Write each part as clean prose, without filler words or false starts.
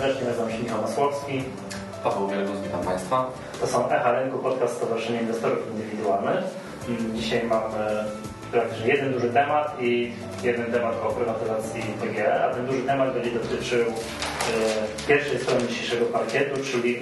serdecznie, nazywam się Michał Masłowski. Paweł Wielgus, witam Państwa. To są Echa Rynku, podcast Stowarzyszenia Inwestorów Indywidualnych. Dzisiaj mamy praktycznie jeden duży temat i jeden temat o prywatyzacji PGE, a ten duży temat będzie dotyczył pierwszej strony dzisiejszego pakietu, czyli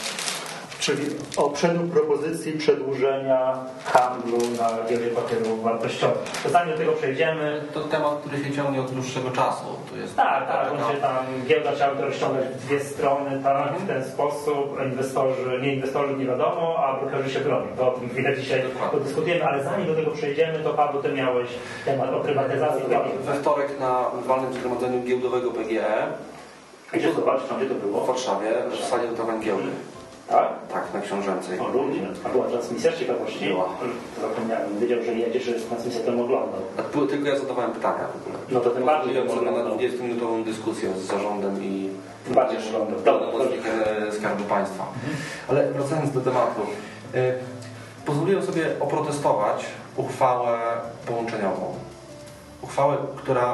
o propozycji przedłużenia handlu na giełdzie papierów wartościowych. Zanim do tego przejdziemy... To temat, który się ciągnie od dłuższego czasu. To jest tak, on się tam, giełda chciała to rozciągać w dwie strony, tak, w ten sposób. Inwestorzy nie wiadomo, a brokerzy się bronią. To o tym chwilę dzisiaj podyskutujemy, ale zanim do tego przejdziemy, to Paweł, ty miałeś temat o prywatyzacji PGE. We wtorek na walnym zgromadzeniu giełdowego PGE. Gdzie zobacz, gdzie to było? W Warszawie, w sali notowań giełdy. Tak? Tak, na Książęcej. O, ludzie. A była transmisja z ciekawości? Była. Zapomniałem. Wiedział, że jedziesz, że jest transmisja, to oglądał. Tylko ja zadawałem pytania w ogóle. No to tym bardziej sobie na 20-minutową dyskusję z zarządem i tym bardziej oglądał. pełnomocnikiem Skarbu Państwa. Ale wracając do tematu. Pozwoliłem sobie oprotestować uchwałę połączeniową. Uchwałę, która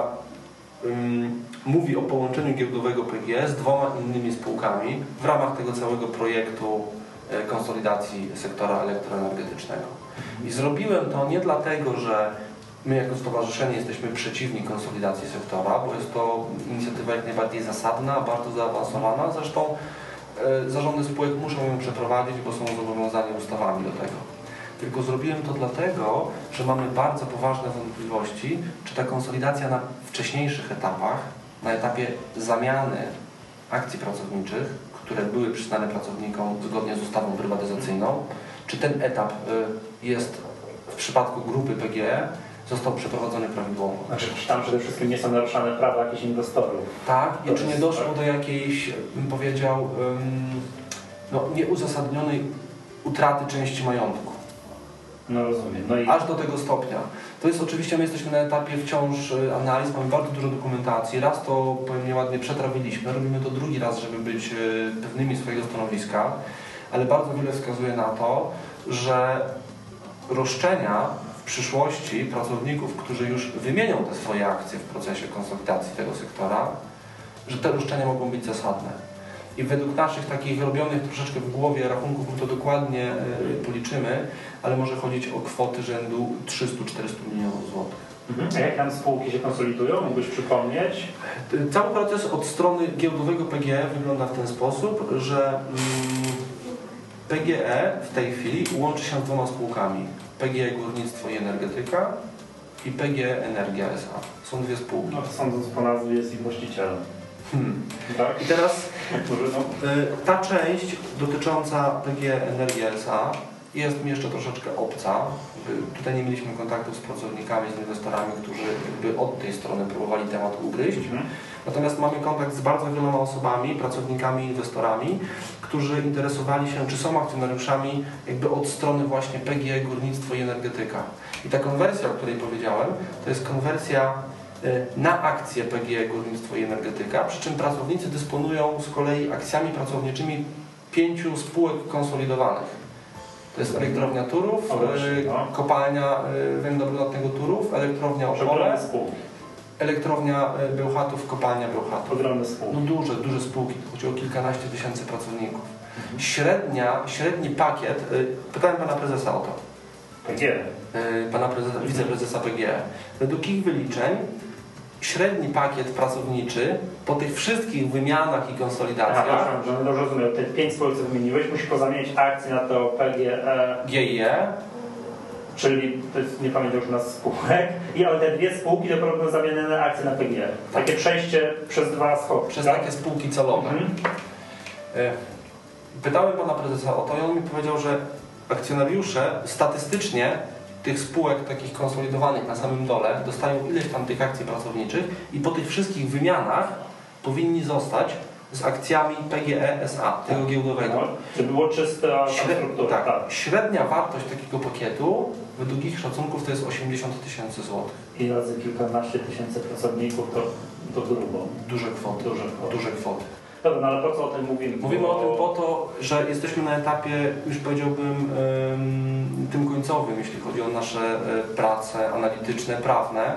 mówi o połączeniu giełdowego PGE z dwoma innymi spółkami w ramach tego całego projektu konsolidacji sektora elektroenergetycznego. I zrobiłem to nie dlatego, że my jako stowarzyszenie jesteśmy przeciwni konsolidacji sektora, bo jest to inicjatywa jak najbardziej zasadna, bardzo zaawansowana. Zresztą zarządy spółek muszą ją przeprowadzić, bo są zobowiązani ustawami do tego. Tylko zrobiłem to dlatego, że mamy bardzo poważne wątpliwości, czy ta konsolidacja na wcześniejszych etapach, na etapie zamiany akcji pracowniczych, które były przyznane pracownikom zgodnie z ustawą prywatyzacyjną, czy ten etap jest w przypadku grupy PGE został przeprowadzony prawidłowo. Znaczy, czy tam przede wszystkim nie są naruszane prawa jakichś inwestorów? Tak, i czy nie doszło do jakiejś, bym powiedział, nieuzasadnionej utraty części majątku. No rozumiem. Aż do tego stopnia. To jest oczywiście, my jesteśmy na etapie wciąż analiz, mamy bardzo dużo dokumentacji. Raz to, powiem nieładnie, przetrawiliśmy, robimy to drugi raz, żeby być pewnymi swojego stanowiska, ale bardzo wiele wskazuje na to, że roszczenia w przyszłości pracowników, którzy już wymienią te swoje akcje w procesie konsolidacji tego sektora, że te roszczenia mogą być zasadne. I według naszych takich robionych troszeczkę w głowie rachunków, my to dokładnie policzymy, ale może chodzić o kwoty rzędu 300-400 milionów złotych. A jak tam spółki się konsolidują? Mógłbyś przypomnieć? Cały proces od strony giełdowego PGE wygląda w ten sposób, że PGE w tej chwili łączy się z dwoma spółkami. PGE Górnictwo i Energetyka i PGE Energia S.A. Są dwie spółki. No to sądząc po nazwie jest ich właścicielem. Tak? I teraz ta część dotycząca PGE Energia S.A. jest mi jeszcze troszeczkę obca. Tutaj nie mieliśmy kontaktów z pracownikami, z inwestorami, którzy jakby od tej strony próbowali temat ugryźć. Natomiast mamy kontakt z bardzo wieloma osobami, pracownikami, inwestorami, którzy interesowali się, czy są akcjonariuszami jakby od strony właśnie PGE Górnictwo i Energetyka. I ta konwersja, o której powiedziałem, to jest konwersja na akcje PGE Górnictwo i Energetyka, przy czym pracownicy dysponują z kolei akcjami pracowniczymi 5 spółek konsolidowanych. To jest elektrownia Turów, kopalnia węgla brunatnego Turów, elektrownia Opole, elektrownia Bełchatów, kopalnia Bełchatów. Ogromne spółki. No duże spółki, to chodzi o kilkanaście tysięcy pracowników. Średni pakiet, pytałem pana prezesa o to. PGE? Pana wiceprezesa PGE. Według ich wyliczeń średni pakiet pracowniczy po tych wszystkich wymianach i konsolidacjach... Dobrze rozumiem. Te 5 spółek, co wymieniłeś, musi pozamienić akcje na to PGE... GIE. Czyli, to jest, nie pamiętam już nas spółek, ale te dwie spółki to będą zamienione akcje na PGE. Takie przejście przez dwa schody. Przez takie spółki celowe. Pytałem pana prezesa o to i on mi powiedział, że akcjonariusze statystycznie tych spółek takich konsolidowanych na samym dole dostają ileś tam tych akcji pracowniczych i po tych wszystkich wymianach powinni zostać z akcjami PGE S.A., tego giełdowego. To było czysta struktura. Tak. Średnia wartość takiego pakietu według ich szacunków to jest 80 000 złotych. I razy kilkanaście tysięcy pracowników to grubo. Duże kwoty. Dobra, no ale po co o tym mówimy? Mówimy o tym po to, że jesteśmy na etapie, już powiedziałbym, tym końcowym, jeśli chodzi o nasze prace analityczne, prawne.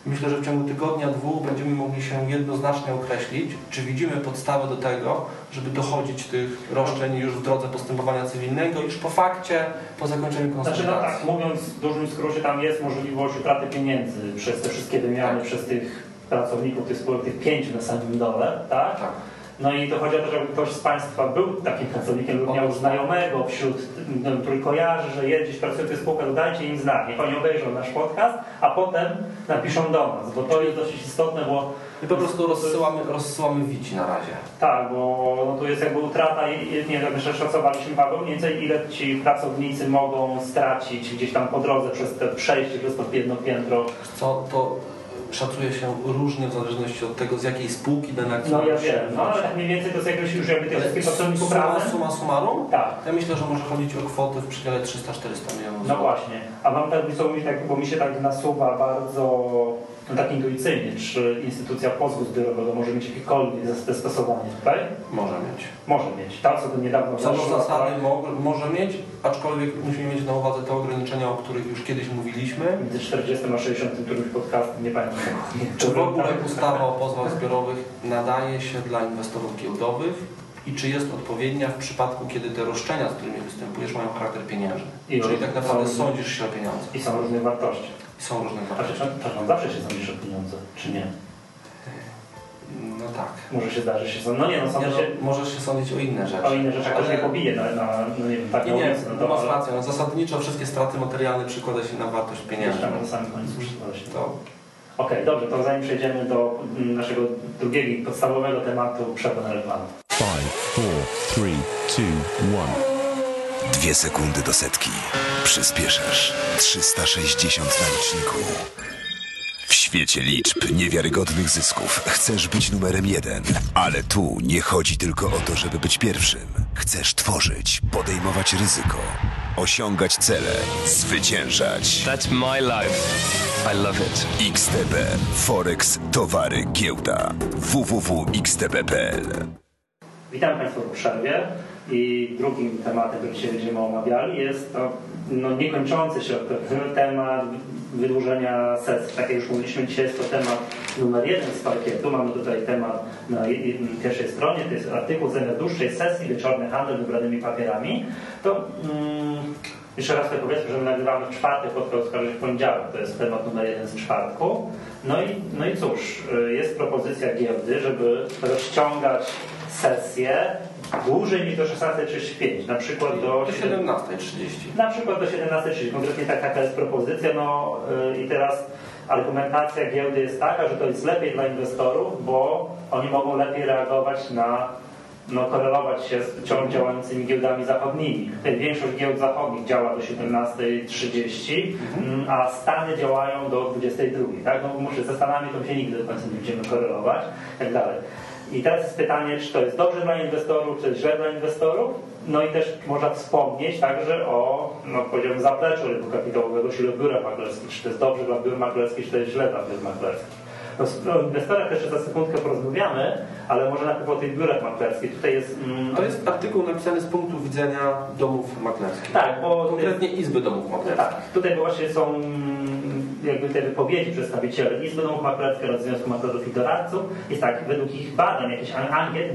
Myślę, że w ciągu tygodnia, dwóch będziemy mogli się jednoznacznie określić, czy widzimy podstawę do tego, żeby dochodzić tych roszczeń już w drodze postępowania cywilnego, już po fakcie, po zakończeniu konsolidacji. Znaczy, no tak, mówiąc w dużym skrócie, tam jest możliwość utraty pieniędzy przez te wszystkie wymiany, przez tych pracowników tych spółek, tych 5 na samym dole, tak? Tak. No i to chodzi o to, żeby ktoś z Państwa był takim pracownikiem lub miał znajomego który kojarzy, że jest gdzieś pracuje w tej spółce, to dajcie im znać. Niech oni obejrzą nasz podcast, a potem napiszą do nas, bo to jest dosyć istotne, bo... My po prostu rozsyłamy wici na razie. Tak, bo no tu jest jakby utrata, nie wiem, jak jeszcze szacowaliśmy, Paweł, mniej więcej ile ci pracownicy mogą stracić gdzieś tam po drodze przez te przejście, przez to jedno piętro. Co to... Szacuje się różnie w zależności od tego, z jakiej spółki dany akcjonariusz. No ja wiem, no ale tak mniej więcej to jest jakbyś już jakby tych wszystkich pracowników razem. Summa summarum? Tak. Ja myślę, że może chodzić o kwoty w przedziale 300-400 milionów. No właśnie. A mam tak, bo mi się tak nasuwa bardzo tak intuicyjnie, czy instytucja pozwu zbiorowego może mieć jakiekolwiek zastosowanie tutaj? Może mieć. Może mieć. Ta, co to niedawno co do zasady może mieć, aczkolwiek musimy mieć na uwadze te ograniczenia, o których już kiedyś mówiliśmy. Między 40 a 60 którymś podcastem, nie pamiętam. Czy w ogóle ustawa o pozwach zbiorowych nadaje się dla inwestorów giełdowych i czy jest odpowiednia w przypadku, kiedy te roszczenia, z którymi występujesz, mają charakter pieniężny. Czyli tak naprawdę sądzisz się o pieniądze. I są różne wartości. Są różne wartości. Przepraszam, zawsze się sądzisz o pieniądze, czy nie? No tak. Może się zdarzyć się sądzić. No nie, no sądzę się... Możesz się sądzić o inne rzeczy. O inne rzeczy, jak ktoś nie pobije no nie wiem, tak nie, no masz rację. No, zasadniczo wszystkie straty materialne przykłada się na wartość pieniężną. Na samym końcu właśnie. Okej, dobrze, to zanim przejdziemy do naszego drugiego i podstawowego tematu, przerwę na reklamę. 5, 4, 3, 2, 1. 2 sekundy do setki. Przyspieszasz. 360 na liczniku. W świecie liczb, niewiarygodnych zysków chcesz być numerem 1. Ale tu nie chodzi tylko o to, żeby być pierwszym. Chcesz tworzyć, podejmować ryzyko, osiągać cele, zwyciężać. That's my life. I love it. XTB. Forex, towary, giełda. www.xtb.pl. Witam Państwa po przerwie i drugim tematem, który dzisiaj będziemy omawiali, jest to niekończący się temat wydłużenia sesji. Tak jak już mówiliśmy, dzisiaj jest to temat numer 1 z pakietu. Mamy tutaj temat na pierwszej stronie, to jest artykuł zamiast dłuższej sesji, wieczorny handel wybranymi papierami. To jeszcze raz tutaj powiedzmy, że my nagrywamy w czwartek, podcast ukaże się w poniedziałek. To jest temat numer 1 z czwartku. No i cóż, jest propozycja giełdy, żeby rozciągać sesję dłużej niż do 16:35, na przykład do 17:30. Na przykład do 17:30. Konkretnie taka jest propozycja. I teraz argumentacja giełdy jest taka, że to jest lepiej dla inwestorów, bo oni mogą lepiej reagować korelować się z działającymi giełdami zachodnimi. Większość giełd zachodnich działa do 17:30, a Stany działają do 22:00. Tak? Ze Stanami to się nigdy do końca nie będziemy korelować, tak dalej. I teraz jest pytanie, czy to jest dobrze dla inwestorów, czy jest źle dla inwestorów. No i też można wspomnieć także o, powiedziałbym, zapleczu rynku kapitałowego, czyli o biurach maklerskich. Czy to jest dobrze dla biur maklerskich, czy to jest źle dla biur maklerskich. O inwestorach też za sekundkę porozmawiamy, ale może najpierw o tych biurach maklerskich. Tutaj jest... To jest artykuł napisany z punktu widzenia domów maklerskich. Tak, bo... Konkretnie Izby Domów Maklerskich. Tak, tutaj właśnie są jakby te wypowiedzi przedstawicieli Izby Domów Maklerskich oraz Związku Maklerów i Doradców. Jest tak, według ich badań, jakichś ankiet,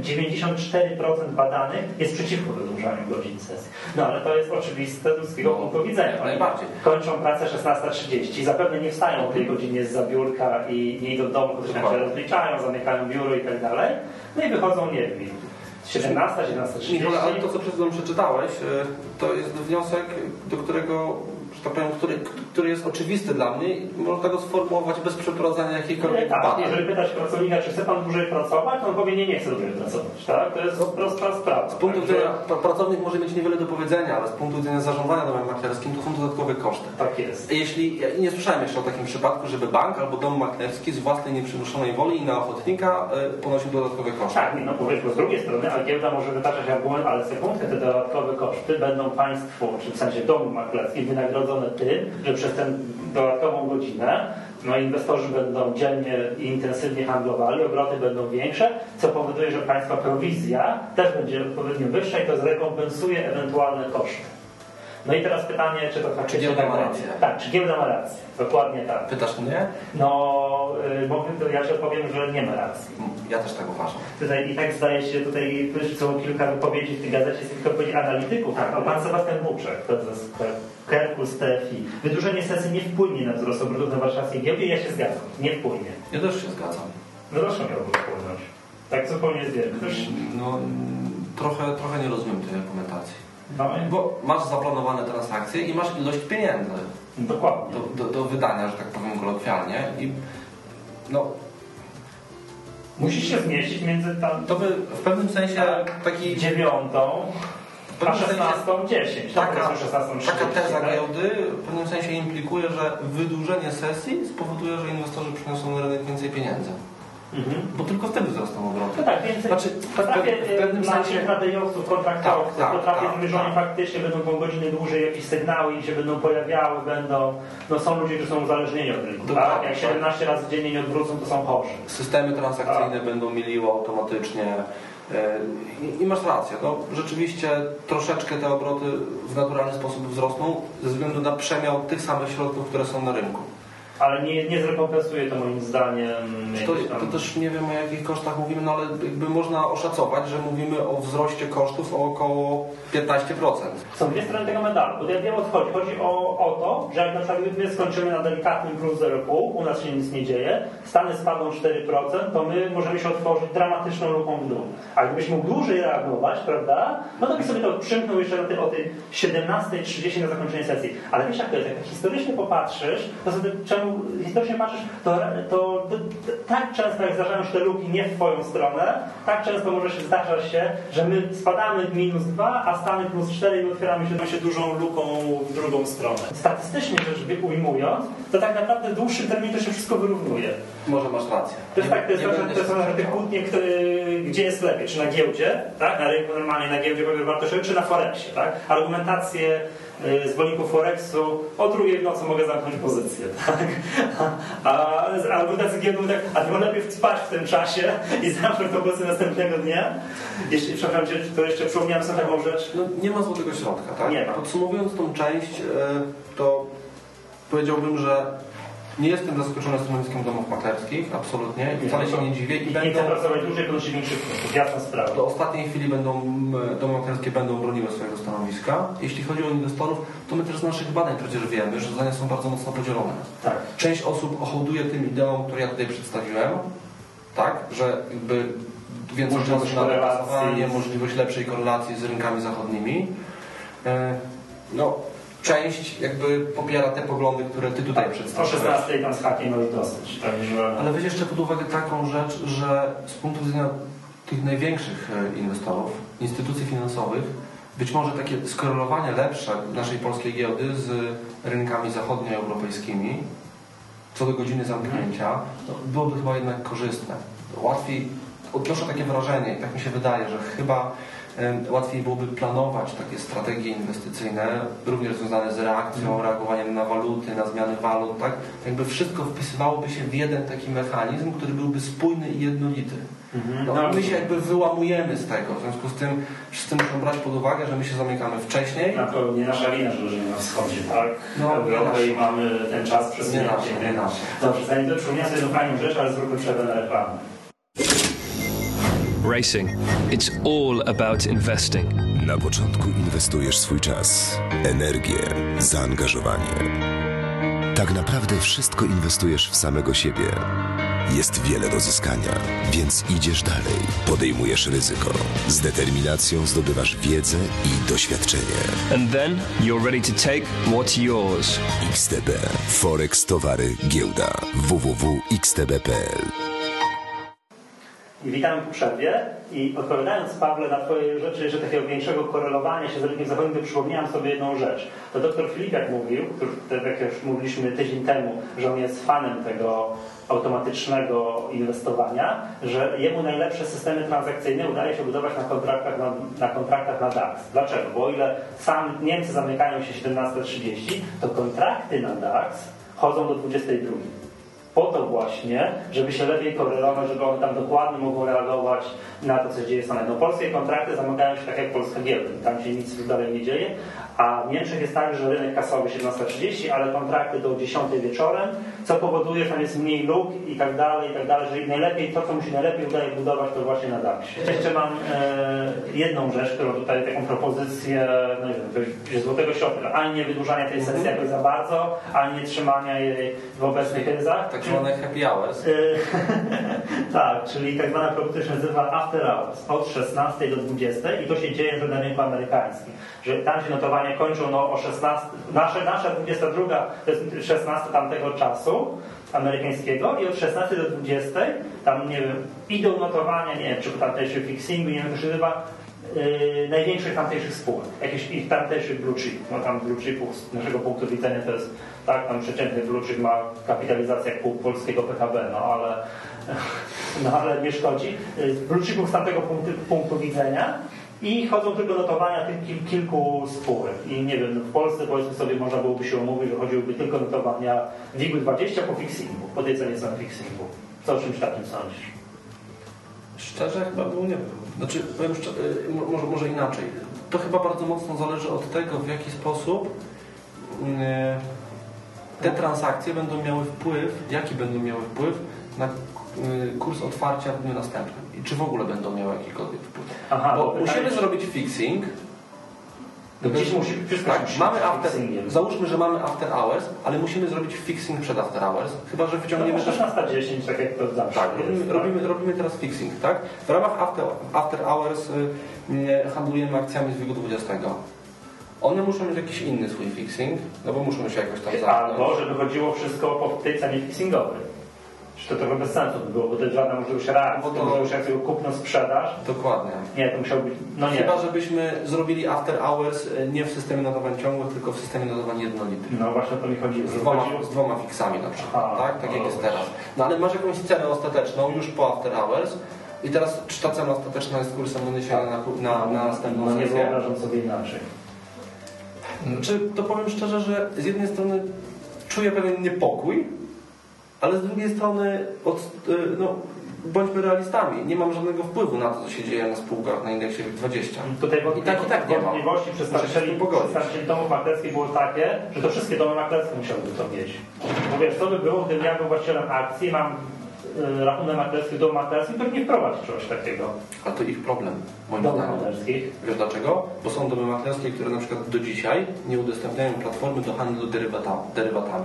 94% badanych jest przeciwko wydłużaniu godzin sesji. No ale to jest oczywiste z ludzkiego punktu widzenia. Najbardziej. Kończą pracę 16:30, zapewne nie wstają o tej godzinie z biurka i nie idą do domu, którzy się rozliczają, zamykają biuro i tak dalej. No i wychodzą, nie wiem, 17, 17:30. Michał, ale to, co przed chwilą przeczytałeś, to jest wniosek, do którego, że tak powiem, który jest oczywisty dla mnie i można go sformułować bez przeprowadzania jakiejkolwiek badań. Jeżeli pytać pracownika, czy chce pan dłużej pracować, to on powie, nie chcę dłużej pracować. Tak? To jest prosta sprawa. Z punktu widzenia pracownik może mieć niewiele do powiedzenia, ale z punktu widzenia zarządzania domem maklerskim to są dodatkowe koszty. Tak jest. Ja nie słyszałem jeszcze o takim przypadku, żeby bank albo dom maklerski z własnej nieprzymuszonej woli i na ochotnika ponosił dodatkowe koszty. Tak, bo z drugiej strony, a giełda może wytaczać argument, ale sekundkę, te dodatkowe koszty będą państwu, czy w sensie domu maklerskim, wynagrodzone tym, że przez tę dodatkową godzinę inwestorzy będą dziennie i intensywnie handlowali, obroty będą większe, co powoduje, że państwa prowizja też będzie odpowiednio wyższa i to zrekompensuje ewentualne koszty. No i teraz pytanie, czy to faktycznie... Czy giełda ma rację? Tak, czy giełda ma rację? Dokładnie tak. Pytasz mnie? No, ja ci odpowiem, że nie ma racji. Ja też tak uważam. Tutaj i tak zdaje się, tutaj są kilka wypowiedzi w tej gazecie, jest kilka wypowiedzi analityków. Tak, pan Sebastian Buczek, prezes Kerkul z TFI. Wydłużenie sesji nie wpłynie na wzrost obrotów na warszawskiej giełdzie. Ja się zgadzam, nie wpłynie. Ja też się zgadzam. Dlaczego miałoby wpłynąć? Tak zupełnie jest wiele. No, trochę nie rozumiem tej argumentacji. No, bo masz zaplanowane transakcje i masz ilość pieniędzy. Dokładnie. Do wydania, że tak powiem kolokwialnie. I no... Musisz się zmieścić między tam... To by w pewnym sensie taki... 9 a 16:10. Taka teza giełdy w pewnym sensie implikuje, że wydłużenie sesji spowoduje, że inwestorzy przyniosą na rynek więcej pieniędzy. Bo tylko wtedy wzrosną obroty. No tak, więcej. Znaczy, w pewnym sensie nadajowców, kontraktowców, potrafię że oni faktycznie będą po godziny dłużej jakieś sygnały i się będą pojawiały, no są ludzie, którzy są uzależnieni od rynku. Tak? Jak 17 razy dziennie nie odwrócą, to są chorzy. Systemy transakcyjne będą miliły automatycznie. I masz rację, no, rzeczywiście troszeczkę te obroty w naturalny sposób wzrosną ze względu na przemiał tych samych środków, które są na rynku. Ale nie zrekompensuje to moim zdaniem. To też nie wiem, o jakich kosztach mówimy, no ale jakby można oszacować, że mówimy o wzroście kosztów o około 15%. Są dwie strony tego medalu. Bo ja wiem o co chodzi. Chodzi o to, że jak na przykład my skończymy na delikatnym plus 0,5, u nas się nic nie dzieje, Stany spadną 4%, to my możemy się otworzyć dramatyczną luką w dół. A gdybyś mógł dłużej reagować, prawda, no to byś sobie to przymknął jeszcze o tej 17:30 na zakończenie sesji. Ale wiesz jak to jest, jak historycznie popatrzysz, to sobie czemu historycznie patrzysz, to tak często jak zdarzają się te luki nie w twoją stronę, tak często może się zdarzać się, że my spadamy -2, a Stany +4 i my otwieramy się dużą luką w drugą stronę. Statystycznie rzecz ujmując, to tak naprawdę w dłuższym terminie to się wszystko wyrównuje. Może masz rację. To jest tak, to są te kłótnie, gdzie jest lepiej, czy na giełdzie, tak? Na rynku normalnie, na giełdzie wartościowej, czy na Forexie, tak? Argumentacje zwolenników Forexu o 2:00 w nocy mogę zamknąć pozycję, tak? A argumentacje giełdu tak, a to lepiej spać w tym czasie i zamknąć tą pozycję następnego dnia. Przepraszam cię, to jeszcze przypomniałem sobie taką rzecz. No, nie ma złotego środka, tak? Nie ma. Podsumowując tą część, to powiedziałbym, że nie jestem zaskoczony stanowiskiem domów maklerskich, absolutnie. I wcale się nie dziwię. I nie chcę pracować dłużej, to się większy wpływ. Jasna sprawa. Do ostatniej chwili domy maklerskie będą broniły swojego stanowiska. Jeśli chodzi o inwestorów, to my też z naszych badań przecież wiemy, że zdania są bardzo mocno podzielone. Tak. Część osób hołduje tym ideom, które ja tutaj przedstawiłem, tak, że jakby więcej czasu na dopasowanie, możliwość lepszej korelacji z rynkami zachodnimi. No, część jakby popiera te poglądy, które ty tutaj przedstawiłeś. O 16 tam z hakiem no i dosyć. Także... Ale weź jeszcze pod uwagę taką rzecz, że z punktu widzenia tych największych inwestorów, instytucji finansowych, być może takie skorelowanie lepsze naszej polskiej giełdy z rynkami zachodnioeuropejskimi co do godziny zamknięcia, to byłoby chyba jednak korzystne. Łatwiej, odnoszę takie wrażenie, tak mi się wydaje, że chyba łatwiej byłoby planować takie strategie inwestycyjne, również związane z reakcją, reagowaniem na waluty, na zmiany walut, tak? Jakby wszystko wpisywałoby się w jeden taki mechanizm, który byłby spójny i jednolity. No, my się jakby wyłamujemy z tego, w związku z tym wszyscy muszą brać pod uwagę, że my się zamykamy wcześniej. Na to nie nasza wina, że żyjemy na wschodzie, tak? No, i mamy ten czas przesunięty. Nie nasza. Dobrze, zanim to przypomniałem sobie jedną fajną rzecz, ale zróbmy przerwę na reklamę. Racing. It's all about investing. Na początku inwestujesz swój czas, energię, zaangażowanie. Tak naprawdę wszystko inwestujesz w samego siebie. Jest wiele do zyskania, więc idziesz dalej, podejmujesz ryzyko. Z determinacją zdobywasz wiedzę i doświadczenie. And then you're ready to take what's yours. XTB. Forex, towary, giełda. www.xtb.pl. I witamy po przerwie i odpowiadając, Pawle, na twoje rzeczy, że takiego większego korelowania się z rynkiem zachodnim, to przypomniałem sobie jedną rzecz. To dr Filipiak mówił, tak jak już mówiliśmy tydzień temu, że on jest fanem tego automatycznego inwestowania, że jemu najlepsze systemy transakcyjne udaje się budować na kontraktach na DAX. Dlaczego? Bo o ile sam Niemcy zamykają się 17:30, to kontrakty na DAX chodzą do 22:00. Po to właśnie, żeby się lepiej korelować, żeby one tam dokładnie mogą reagować na to, co dzieje w Stanach. No, polskie kontrakty zamykają się tak jak polska giełda. Tam się nic dalej nie dzieje, A w Niemczech jest tak, że rynek kasowy 17:30, ale kontrakty do 10 wieczorem, co powoduje, że tam jest mniej luk i tak dalej, że najlepiej, to co mu się najlepiej udaje budować, to właśnie na DAX-ie. Jeszcze mam jedną rzecz, którą tutaj, taką propozycję, no nie wiem, złotego środka, ani nie wydłużania tej sesji jakoś za bardzo, ani nie trzymania jej w obecnych ryzach. Tak zwane happy hours. Tak, czyli tak zwana propozycja się nazywa after hours, od 16 do 20 i to się dzieje na rynku amerykańskim, że tam się notowania kończą o 16, nasza 22 to jest 16 tamtego czasu amerykańskiego i od 16 do 20 tam, nie wiem, idą notowania, nie wiem, czy tamtejszych fixingu, nie wiem, jak to się nazywa, największych tamtejszych spółek, jakichś ich tamtejszych blue chip. No tam blue chipów z naszego punktu widzenia to jest, tak, tam przeciętny blue chip ma kapitalizację jak pół polskiego PKB, no ale nie szkodzi. Blue chipów z tamtego punktu widzenia i chodzą tylko notowania tych kilku spółek. I nie wiem, w Polsce powiedzmy sobie można byłoby się umówić, że chodziłyby tylko notowania WIG-20 po fixingu, po tej cenie cen fixingu. Co o czymś takim sądzisz? Szczerze chyba był, nie wiem. Znaczy, powiem szczerze, może inaczej. To chyba bardzo mocno zależy od tego, w jaki sposób te transakcje będą miały wpływ, jaki będą miały wpływ na kurs otwarcia w dniu następnym. I czy w ogóle będą miały jakikolwiek wpływ. Aha, bo musimy zrobić fixing. Załóżmy, że mamy after hours, ale musimy zrobić fixing przed after hours, chyba że wyciągniemy... No 16:10, tak jak to zawsze. Tak, robimy teraz fixing, tak? W ramach after hours handlujemy akcjami z WIG-u 20. One muszą mieć jakiś inny swój fixing, no bo muszą się jakoś tam zamknąć. Albo żeby chodziło wszystko po tej cenie fixingowej. To trochę bez sensu by było, bo to jest żadna możliwość reakcji, to możliwość reakcji kupno-sprzedaż. Dokładnie. Nie, to musiało być... No nie. Chyba, żebyśmy zrobili after hours nie w systemie notowań ciągłych, tylko w systemie notowań jednolitych. No właśnie o to mi chodzi. Z dwoma fixami na przykład, tak jak jest teraz. No ale masz jakąś cenę ostateczną już po after hours i teraz czy ta cena ostateczna jest kursem doniesienia na następną sesję? Nie wyobrażam sobie inaczej. Znaczy, to powiem szczerze, że z jednej strony czuję pewien niepokój, ale z drugiej strony bądźmy realistami. Nie mam żadnego wpływu na to, co się dzieje na spółkach na indeksie 20. Tutaj i tak nie ma. Wątpliwości przedstawicieli domów maklerskich było takie, że to wszystkie domy maklerskie musiałyby to mieć. Bo wiesz, co by było, gdybym ja był właścicielem akcji, mam rachunek maklerski w domu maklerskim, to nie wprowadzi czegoś takiego. A to ich problem, moim zdaniem. Domów maklerskich. Wiesz dlaczego? Bo są domy maklerskie, które na przykład do dzisiaj nie udostępniają platformy do handlu derywatami.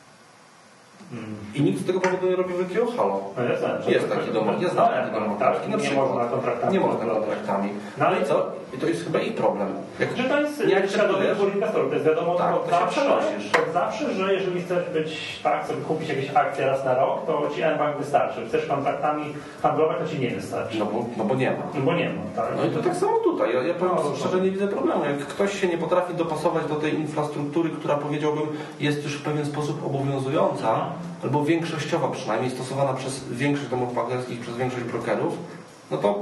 I nikt z tego powodu nie robi wielkiego halo. No jest taki dom, ja znam taki dom maklerski. Nie można kontraktami. Nie można kontraktami. No ale co? I to jest chyba ich problem. To jest świadomy wybór inwestorów. To jest wiadomo tak, od zawsze, że jeżeli chcesz być tak, sobie kupić jakieś akcje raz na rok, to ci mBank wystarczy. Chcesz kontraktami handlować, to ci nie wystarczy. No bo nie ma. Bo nie ma, tak. No i to tak samo tutaj. Ja powiem szczerze, nie widzę problemu. Jak ktoś się nie potrafi dopasować do tej infrastruktury, która powiedziałbym jest już w pewien sposób obowiązująca, albo większościowa przynajmniej, stosowana przez większość domów maklerskich, przez większość brokerów, no to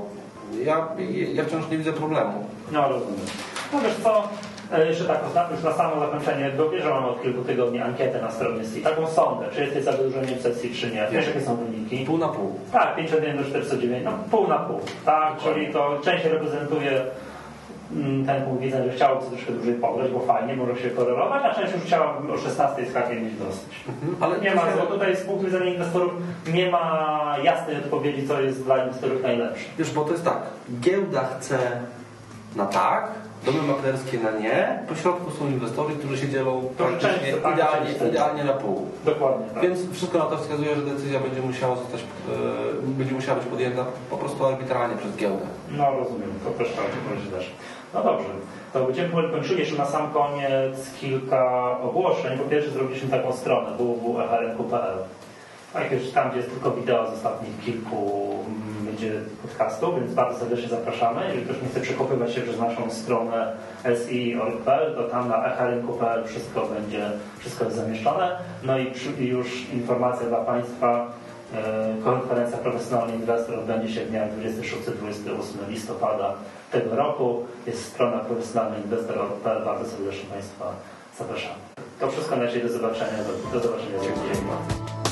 ja wciąż nie widzę problemu. No rozumiem. No wiesz co, jeszcze tak już na samo zakończenie, bo wiesz, że mamy od kilku tygodni ankietę na stronie SI, taką sondę, czy jesteś zadłużeniem w sesji, czy nie. Wiesz, jakie są wyniki? Pół na pół. Tak, 5,1 do 409, no pół na pół. Tak, czyli to część reprezentuje ten punkt widzenia, że chciałoby troszkę dłużej pograć, bo fajnie, może się korelować, a część już chciała o 16 skakiem mieć dosyć. Ale nie ma, bo tutaj z punktu widzenia inwestorów nie ma jasnej odpowiedzi, co jest dla inwestorów najlepsze. Wiesz, bo to jest tak, giełda chce na tak, domy maklerskie na nie, po środku są inwestorzy, którzy się dzielą praktycznie idealnie na pół. Dokładnie. Tak. Więc wszystko na to wskazuje, że decyzja będzie musiała być podjęta po prostu arbitralnie przez giełdę. No rozumiem, to też tak też. No dobrze, to będziemy kończyli jeszcze na sam koniec kilka ogłoszeń. Po pierwsze zrobiliśmy taką stronę www.echrynku.pl. Tam, gdzie jest tylko wideo z ostatnich kilku będzie podcastu, więc bardzo serdecznie zapraszamy. Jeżeli ktoś nie chce przekopywać się przez naszą stronę si.org.pl, to tam na echrynku.pl wszystko jest zamieszczone. No i już informacja dla Państwa. Konferencja Profesjonalny Inwestor odbędzie się w dniach 26-28 listopada tego roku. Jest strona profesjonalnyinwestor.pl. Bardzo serdecznie Państwa zapraszamy. To wszystko na dzisiaj. Do zobaczenia. Do zobaczenia. Dziękuję bardzo.